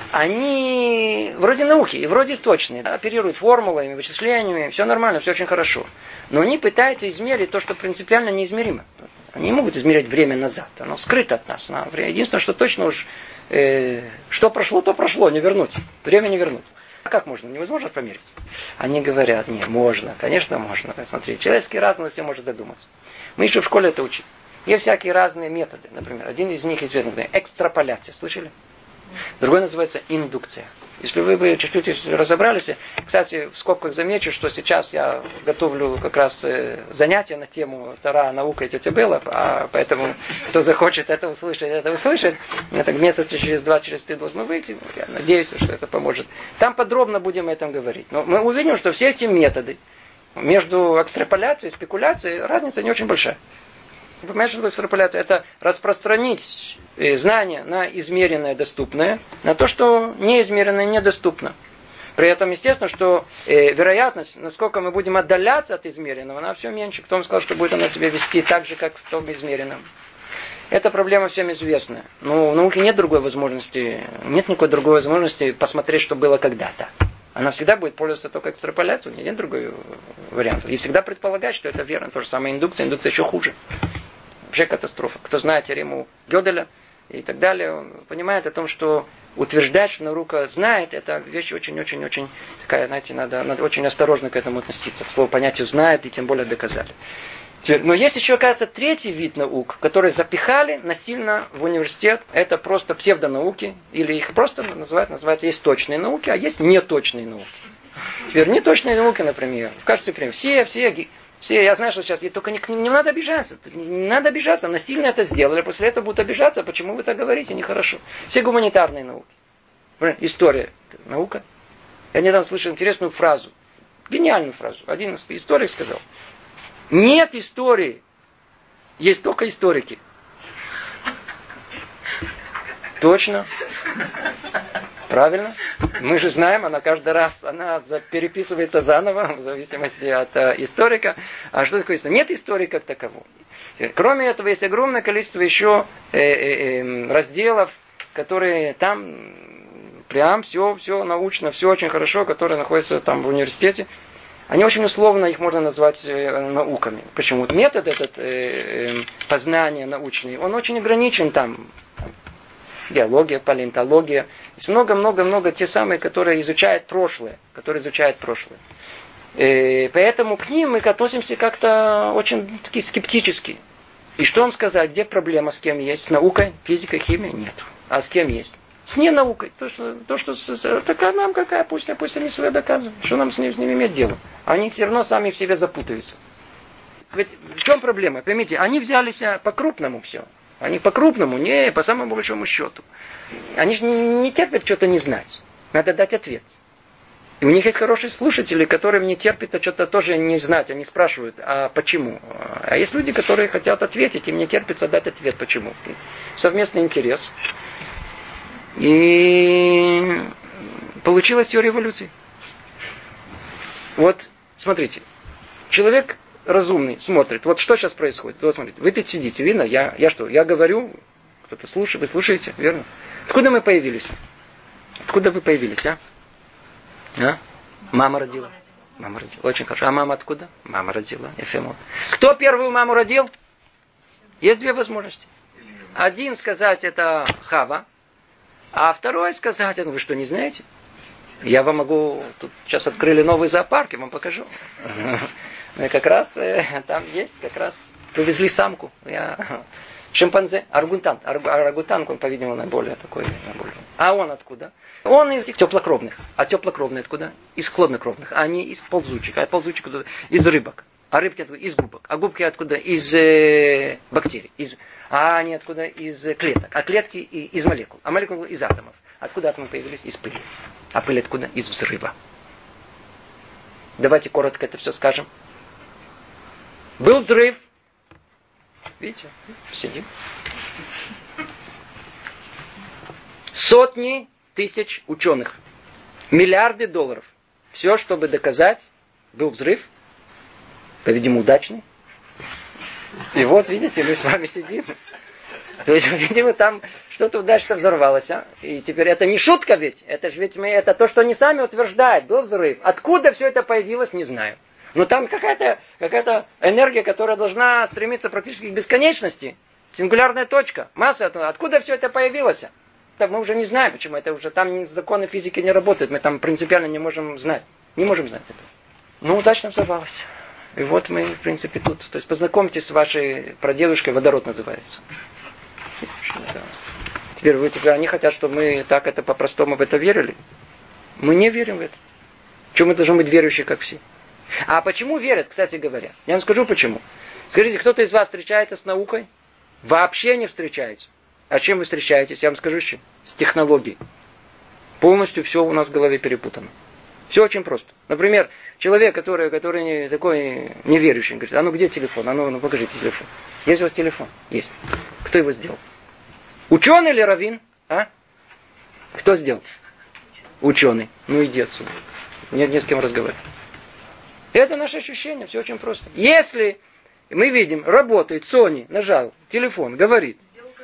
Они вроде науки и вроде точные, да, оперируют формулами, вычислениями, все нормально, все очень хорошо. Но они пытаются измерить то, что принципиально неизмеримо. Они не могут измерять время назад, оно скрыто от нас. Единственное, что точно уж, э, что прошло, то прошло, не вернуть. Время не вернуть. А как можно? Невозможно померить. Они говорят, нет, можно, конечно можно. Смотри, человеческий разум все может додуматься. Мы еще в школе это учим. Есть всякие разные методы. Например, один из них известный, экстраполяция. Слышали? Другой называется индукция. Если вы бы чуть-чуть разобрались, кстати, в скобках замечу, что сейчас я готовлю как раз занятия на тему Тора, наука и тетя Белла, а поэтому кто захочет это услышать, это услышит. Это месяца через два, через три должно выйти. Я надеюсь, что это поможет. Там подробно будем о этом говорить. Но мы увидим, что все эти методы между экстраполяцией и спекуляцией разница не очень большая. Понимаете, что экстраполяция? Это распространить знания на измеренное доступное, на то, что неизмеренное недоступно. При этом, естественно, что э, вероятность, насколько мы будем отдаляться от измеренного, она все меньше. Кто вам сказал, что будет она себя вести так же, как в том измеренном? Эта проблема всем известна. Но в науке нет другой возможности, нет никакой другой возможности посмотреть, что было когда-то. Она всегда будет пользоваться только экстраполяцией, нет другой варианта. И всегда предполагать, что это верно. То же самое индукция, индукция еще хуже. Вообще катастрофа. Кто знает теорему Гёделя и так далее, он понимает о том, что утверждать, что наука знает, это вещь очень-очень-очень такая, знаете, надо, надо очень осторожно к этому относиться. К слову, понятию знает и тем более доказали. Но есть еще, кажется, третий вид наук, которые запихали насильно в университет. Это просто псевдонауки, или их просто называют, называется, есть точные науки, а есть неточные науки. Теперь неточные науки, например, в качестве примера. Все, все, все, я знаю, что сейчас, только не, не надо обижаться, не надо обижаться, насильно это сделали, после этого будут обижаться, почему вы так говорите, нехорошо. Все гуманитарные науки. История, наука. Я недавно слышал интересную фразу, гениальную фразу. Один историк сказал: нет истории, есть только историки. Точно. Правильно. Мы же знаем, она каждый раз она переписывается заново, в зависимости от э, историка. А что такое история? Нет историка как такового. Кроме этого, есть огромное количество еще э, э, э, разделов, которые там прям все, все научно, все очень хорошо, которые находятся там в университете. Они очень условно, их можно назвать э, науками. Почему? Метод этот э, э, познания научный, он очень ограничен там. Геология, палеонтология. Есть много-много-много те самые, которые изучают прошлое. Которые изучают прошлое. И поэтому к ним мы относимся как-то очень таки скептически. И что вам сказать, где проблема, с кем есть? С наукой, физикой, химией? Нет. А с кем есть? С ненаукой. То, что, то, что такая нам какая, пусть, пусть они свои доказывают. Что нам с ними, с ними иметь дело? Они все равно сами в себе запутаются. Ведь в чем проблема? Поймите, они взялись по-крупному все. Они по-крупному, не по самому большому счету. Они же не терпят что-то не знать. Надо дать ответ. И у них есть хорошие слушатели, которым не терпится что-то тоже не знать. Они спрашивают, а почему? А есть люди, которые хотят ответить, им не терпится дать ответ, почему. Совместный интерес. И получилась теория эволюции. Вот, смотрите. Человек разумный смотрит. Вот что сейчас происходит. Вот смотрите. Вы тут сидите, видно? Я, я что? Я говорю, кто-то слушает, вы слушаете, верно? Откуда мы появились? Откуда вы появились, а? А? Мама родила. Мама родила. Очень хорошо. А мама откуда? Мама родила. Ефемот. Кто первую маму родил? Есть две возможности. Один сказать это Хава, а второй сказать, ну вы что, не знаете? Я вам могу, тут сейчас открыли новый зоопарк, я вам покажу. Мы как раз, э, там есть, как раз привезли самку. Я, шимпанзе, аргутант. Аргутант, он, по-видимому, наиболее такой. Наиболее. А он откуда? Он из теплокровных. А теплокровные откуда? Из хладнокровных. А они из ползучих. А ползучих откуда? Из рыбок. А рыбки откуда? Из губок. А губки откуда? Из э, бактерий. Из... А они откуда? Из клеток. А клетки из молекул. А молекулы из атомов. Откуда атомы появились? Из пыли. А пыль откуда? Из взрыва. Давайте коротко это все скажем. Был взрыв. Видите? Сидим. Сотни тысяч ученых. Миллиарды долларов. Все, чтобы доказать, был взрыв. По-видимому, удачный. И вот, видите, мы с вами сидим. То есть, видимо, там что-то удачно взорвалось. А? И теперь это не шутка ведь. Это же ведь мы, это то, что они сами утверждают. Был взрыв. Откуда все это появилось, не знаю. Но там какая-то, какая-то энергия, которая должна стремиться практически к бесконечности. Сингулярная точка. Масса. Откуда все это появилось? Это мы уже не знаем, почему. Это уже там законы физики не работают. Мы там принципиально не можем знать. Не можем знать это. Ну, удачно взорвалось. И вот мы, в принципе, тут. То есть познакомьтесь с вашей прадедушкой, водород называется. Теперь, вы, теперь они хотят, чтобы мы так это по-простому в это верили. Мы не верим в это. Почему мы должны быть верующие, как все? А почему верят, кстати говоря? Я вам скажу почему. Скажите, кто-то из вас встречается с наукой? Вообще не встречается. А чем вы встречаетесь? Я вам скажу с чем. С технологией. Полностью все у нас в голове перепутано. Все очень просто. Например, человек, который, который не, такой неверующий, говорит, а ну где телефон? А ну, ну покажите телефон. Есть у вас телефон? Есть. Кто его сделал? Ученый или раввин? А? Кто сделал? Ученый. Ну иди отсюда. Нет, не с кем разговаривать. Это наше ощущение, все очень просто. Если мы видим, работает Sony, нажал, телефон, говорит.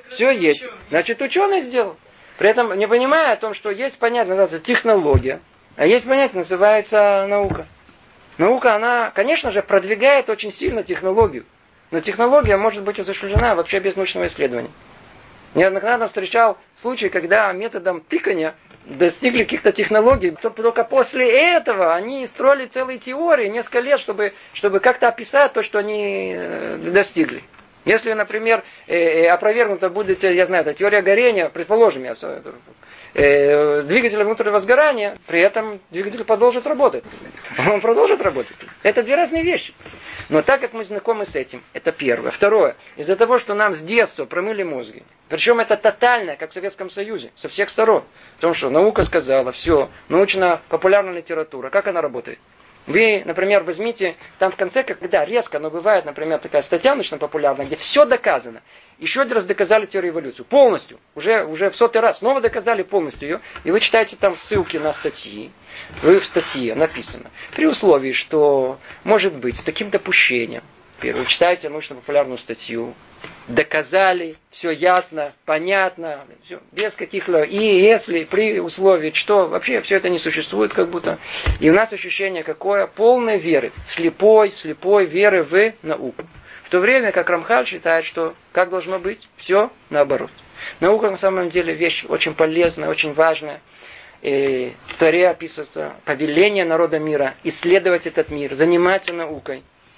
все есть. Значит, ученый сделал. При этом не понимая о том, что есть понятие, называется технология, а есть понятие, называется наука. Наука, она, конечно же, продвигает очень сильно технологию. Но технология может быть осуществлена вообще без научного исследования. Неоднократно встречал случаи, когда методом тыкания достигли каких-то технологий, только после этого они строили целые теории несколько лет, чтобы, чтобы как-то описать то, что они достигли. Если, например, опровергнута будет, я знаю, это теория горения, предположим, я все это, э, двигателя внутреннего сгорания, при этом двигатель продолжит работать. Он продолжит работать. Это две разные вещи. Но так как мы знакомы с этим, это первое. Второе, из-за того, что нам с детства промыли мозги, причем это тотально, как в Советском Союзе, со всех сторон. В том, что наука сказала, все, научно-популярная литература, как она работает? Вы, например, возьмите, там в конце, когда редко, но бывает, например, такая статья научно-популярная, где все доказано. Еще один раз доказали теорию эволюции. Полностью. Уже, уже в сотый раз. Снова доказали полностью ее. И вы читаете там ссылки на статьи. Вы в статье написано. При условии, что может быть с таким допущением. Вы читаете научно-популярную статью. Доказали, все ясно, понятно, все, без каких-либо и если, при условии, что вообще все это не существует как будто. И у нас ощущение какое? Полной веры, слепой, слепой веры в науку. В то время как Рамхаль считает, что как должно быть? Все наоборот. Наука на самом деле вещь очень полезная, очень важная. И в Торе описывается повеление народа мира, исследовать этот мир, заниматься наукой.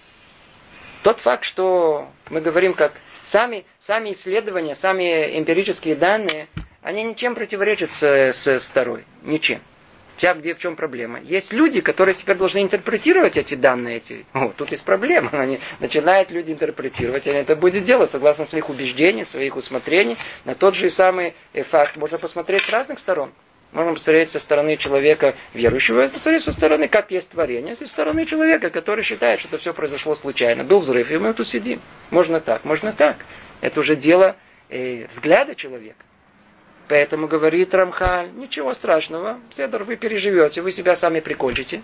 Тот факт, что мы говорим как Сами, сами исследования, сами эмпирические данные, они ничем противоречат с, с, с второй. Ничем. Вся где в чем проблема. Есть люди, которые теперь должны интерпретировать эти данные. Эти. О, тут есть проблема. Они начинают люди интерпретировать. Они это будет делать согласно своих убеждений, своих усмотрений. На тот же самый факт можно посмотреть с разных сторон. Можно посмотреть со стороны человека верующего, посмотреть со стороны, как есть творение, со стороны человека, который считает, что это все произошло случайно. Был взрыв, и мы тут сидим. Можно так, можно так. Это уже дело э, взгляда человека. Поэтому говорит Рамхаль, ничего страшного, Седор, вы переживете, вы себя сами прикончите.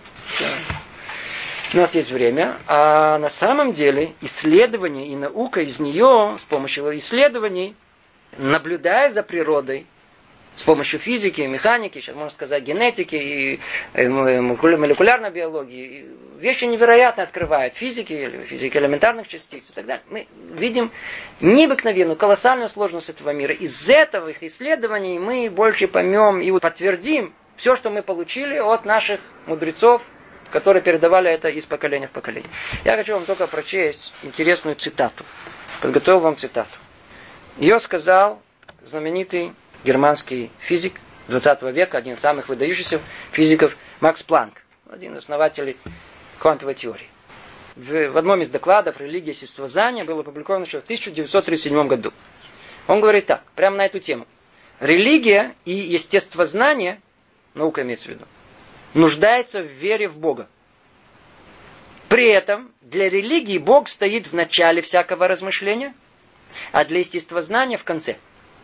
У нас есть время. А на самом деле исследование и наука из нее, с помощью исследований, наблюдая за природой, с помощью физики, механики, сейчас можно сказать генетики и молекулярной биологии, вещи невероятно открывают физики, физики элементарных частиц и так далее. Мы видим необыкновенную, колоссальную сложность этого мира. Из этого их исследований мы больше поймем и подтвердим все, что мы получили от наших мудрецов, которые передавали это из поколения в поколение. Я хочу вам только прочесть интересную цитату. Подготовил вам цитату. Ее сказал знаменитый германский физик двадцатого века, один из самых выдающихся физиков, Макс Планк, один из основателей квантовой теории. В, в одном из докладов «Религия и естествознание» было опубликовано еще в тысяча девятьсот тридцать седьмом году. Он говорит так, прямо на эту тему. Религия и естествознание, наука имеется в виду, нуждается в вере в Бога. При этом для религии Бог стоит в начале всякого размышления, а для естествознания в конце.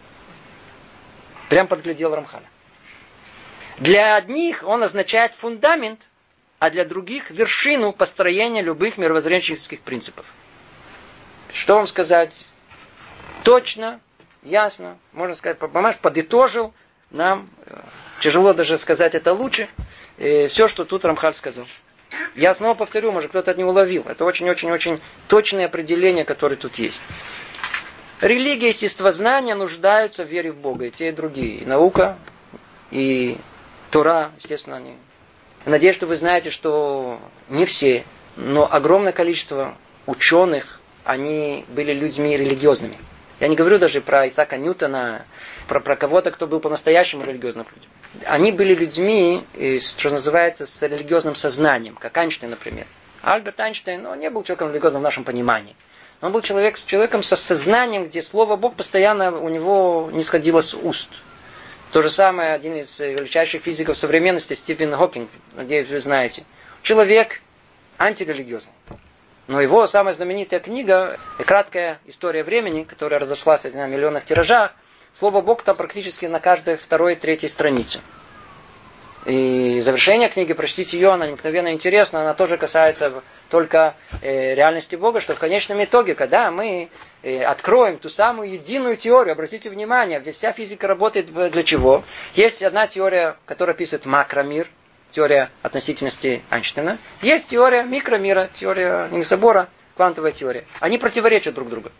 Прям подглядел Рамхаля. Для одних он означает фундамент, а для других вершину построения любых мировоззренческих принципов. Что вам сказать? Точно, ясно, можно сказать, Мамаш подытожил нам, тяжело даже сказать это лучше, все, что тут Рамхаль сказал. Я снова повторю, может кто-то не уловил. Это очень-очень-очень точное определение, которое тут есть. Религия и естествознание нуждаются в вере в Бога. И те, и другие. И наука, и Тора, естественно, они. Я надеюсь, что вы знаете, что не все, но огромное количество ученых, они были людьми религиозными. Я не говорю даже про Исаака Ньютона, про, про кого-то, кто был по-настоящему религиозным людям. Они были людьми, что называется, с религиозным сознанием, как Эйнштейн, например. Альберт Эйнштейн, ну, не был человеком религиозным в нашем понимании. Он был человек, человеком со сознанием, где слово Бог постоянно у него не сходило с уст. То же самое один из величайших физиков современности, Стивен Хокинг, надеюсь, вы знаете. Человек антирелигиозный. Но его самая знаменитая книга, краткая история времени, которая разошлась на миллионных тиражах, слово Бог там практически на каждой второй, третьей странице. И завершение книги, прочтите ее, она необыкновенно интересна, она тоже касается только э, реальности Бога, что в конечном итоге, когда мы э, откроем ту самую единую теорию. Обратите внимание, ведь вся физика работает для чего? Есть одна теория, которая описывает макромир, теория относительности Эйнштейна. Есть теория микромира, теория Нильса-Бора, квантовая теория. Они противоречат друг другу.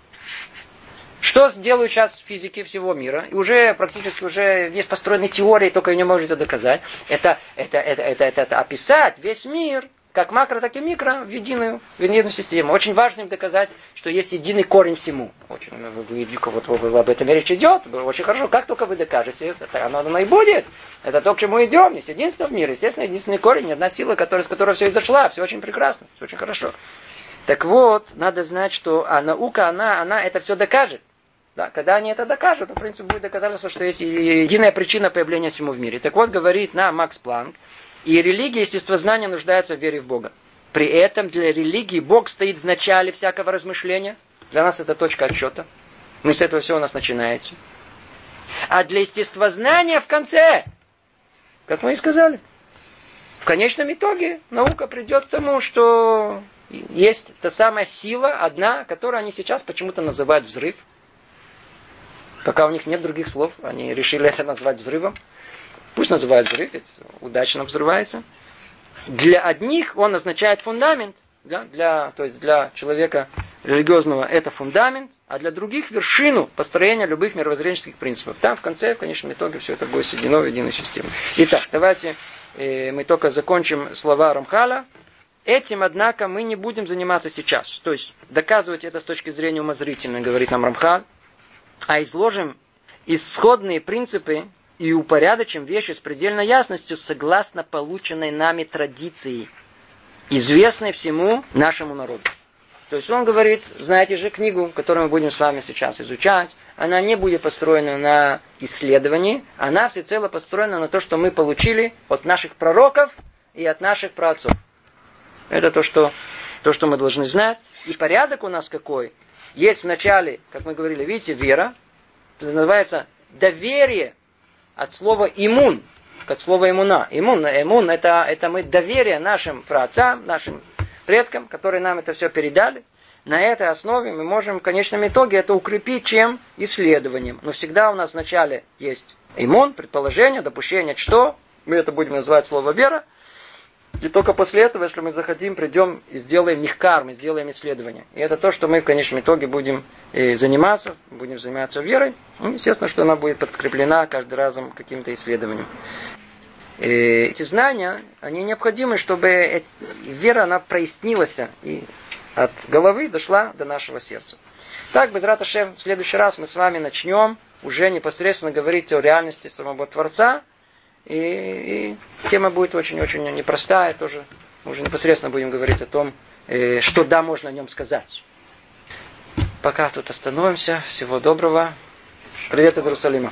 Что делают сейчас физики всего мира? И уже практически уже есть построенные теории, только не можете это доказать. Это, это, это, это, это, это описать весь мир, как макро, так и микро, в единую, в единую систему. Очень важно им доказать, что есть единый корень всему. Очень, вот, вот об этом речь идет. Очень хорошо. Как только вы докажете, это оно, оно и будет. Это то, к чему идем. Есть единство в мире. Естественно, единственный корень, одна сила, которая, с которой все изошла. Все очень прекрасно, все очень хорошо. Так вот, надо знать, что а наука, она, она это все докажет. Да, когда они это докажут, то, в принципе, будет доказательство, что есть единая причина появления всему в мире. Так вот, говорит нам Макс Планк, и религия, естествознание нуждаются в вере в Бога. При этом для религии Бог стоит в начале всякого размышления. Для нас это точка отсчета. Мы с этого все у нас начинается. А для естествознания в конце, как мы и сказали, в конечном итоге наука придет к тому, что есть та самая сила, одна, которую они сейчас почему-то называют взрыв. Пока у них нет других слов, они решили это назвать взрывом. Пусть называют взрыв, ведь удачно взрывается. Для одних он означает фундамент, для, для, то есть для человека религиозного это фундамент, а для других вершину построения любых мировоззренческих принципов. Там в конце, в конечном итоге, все это будет соединено в единую систему. Итак, давайте э, мы только закончим слова Рамхаля. Этим, однако, мы не будем заниматься сейчас. То есть доказывать это с точки зрения умозрительной, говорит нам Рамхаль, а изложим исходные принципы и упорядочим вещи с предельной ясностью согласно полученной нами традиции, известной всему нашему народу. То есть он говорит, знаете же книгу, которую мы будем с вами сейчас изучать, она не будет построена на исследовании, она всецело построена на то, что мы получили от наших пророков и от наших праотцов. Это то, что, то, что мы должны знать. И порядок у нас какой? Есть в начале, как мы говорили, видите, вера. Это называется доверие от слова иммун, как слово иммуна. Иммун, иммун это, это мы доверие нашим праотцам, нашим предкам, которые нам это все передали. На этой основе мы можем в конечном итоге это укрепить чем? Исследованием. Но всегда у нас вначале есть иммун, предположение, допущение, что мы это будем называть слово вера. И только после этого, если мы захотим, придем и сделаем михкар, мы сделаем исследование. И это то, что мы в конечном итоге будем заниматься, будем заниматься верой. Ну, естественно, что она будет подкреплена каждый разом каким-то исследованием. И эти знания, они необходимы, чтобы вера, она прояснилась и от головы дошла до нашего сердца. Так, Безрат Ашем, в следующий раз мы с вами начнем уже непосредственно говорить о реальности самого Творца. И, и тема будет очень-очень непростая тоже. Мы уже непосредственно будем говорить о том, э, что да, можно о нем сказать. Пока тут остановимся. Всего доброго. Привет из Иерусалима.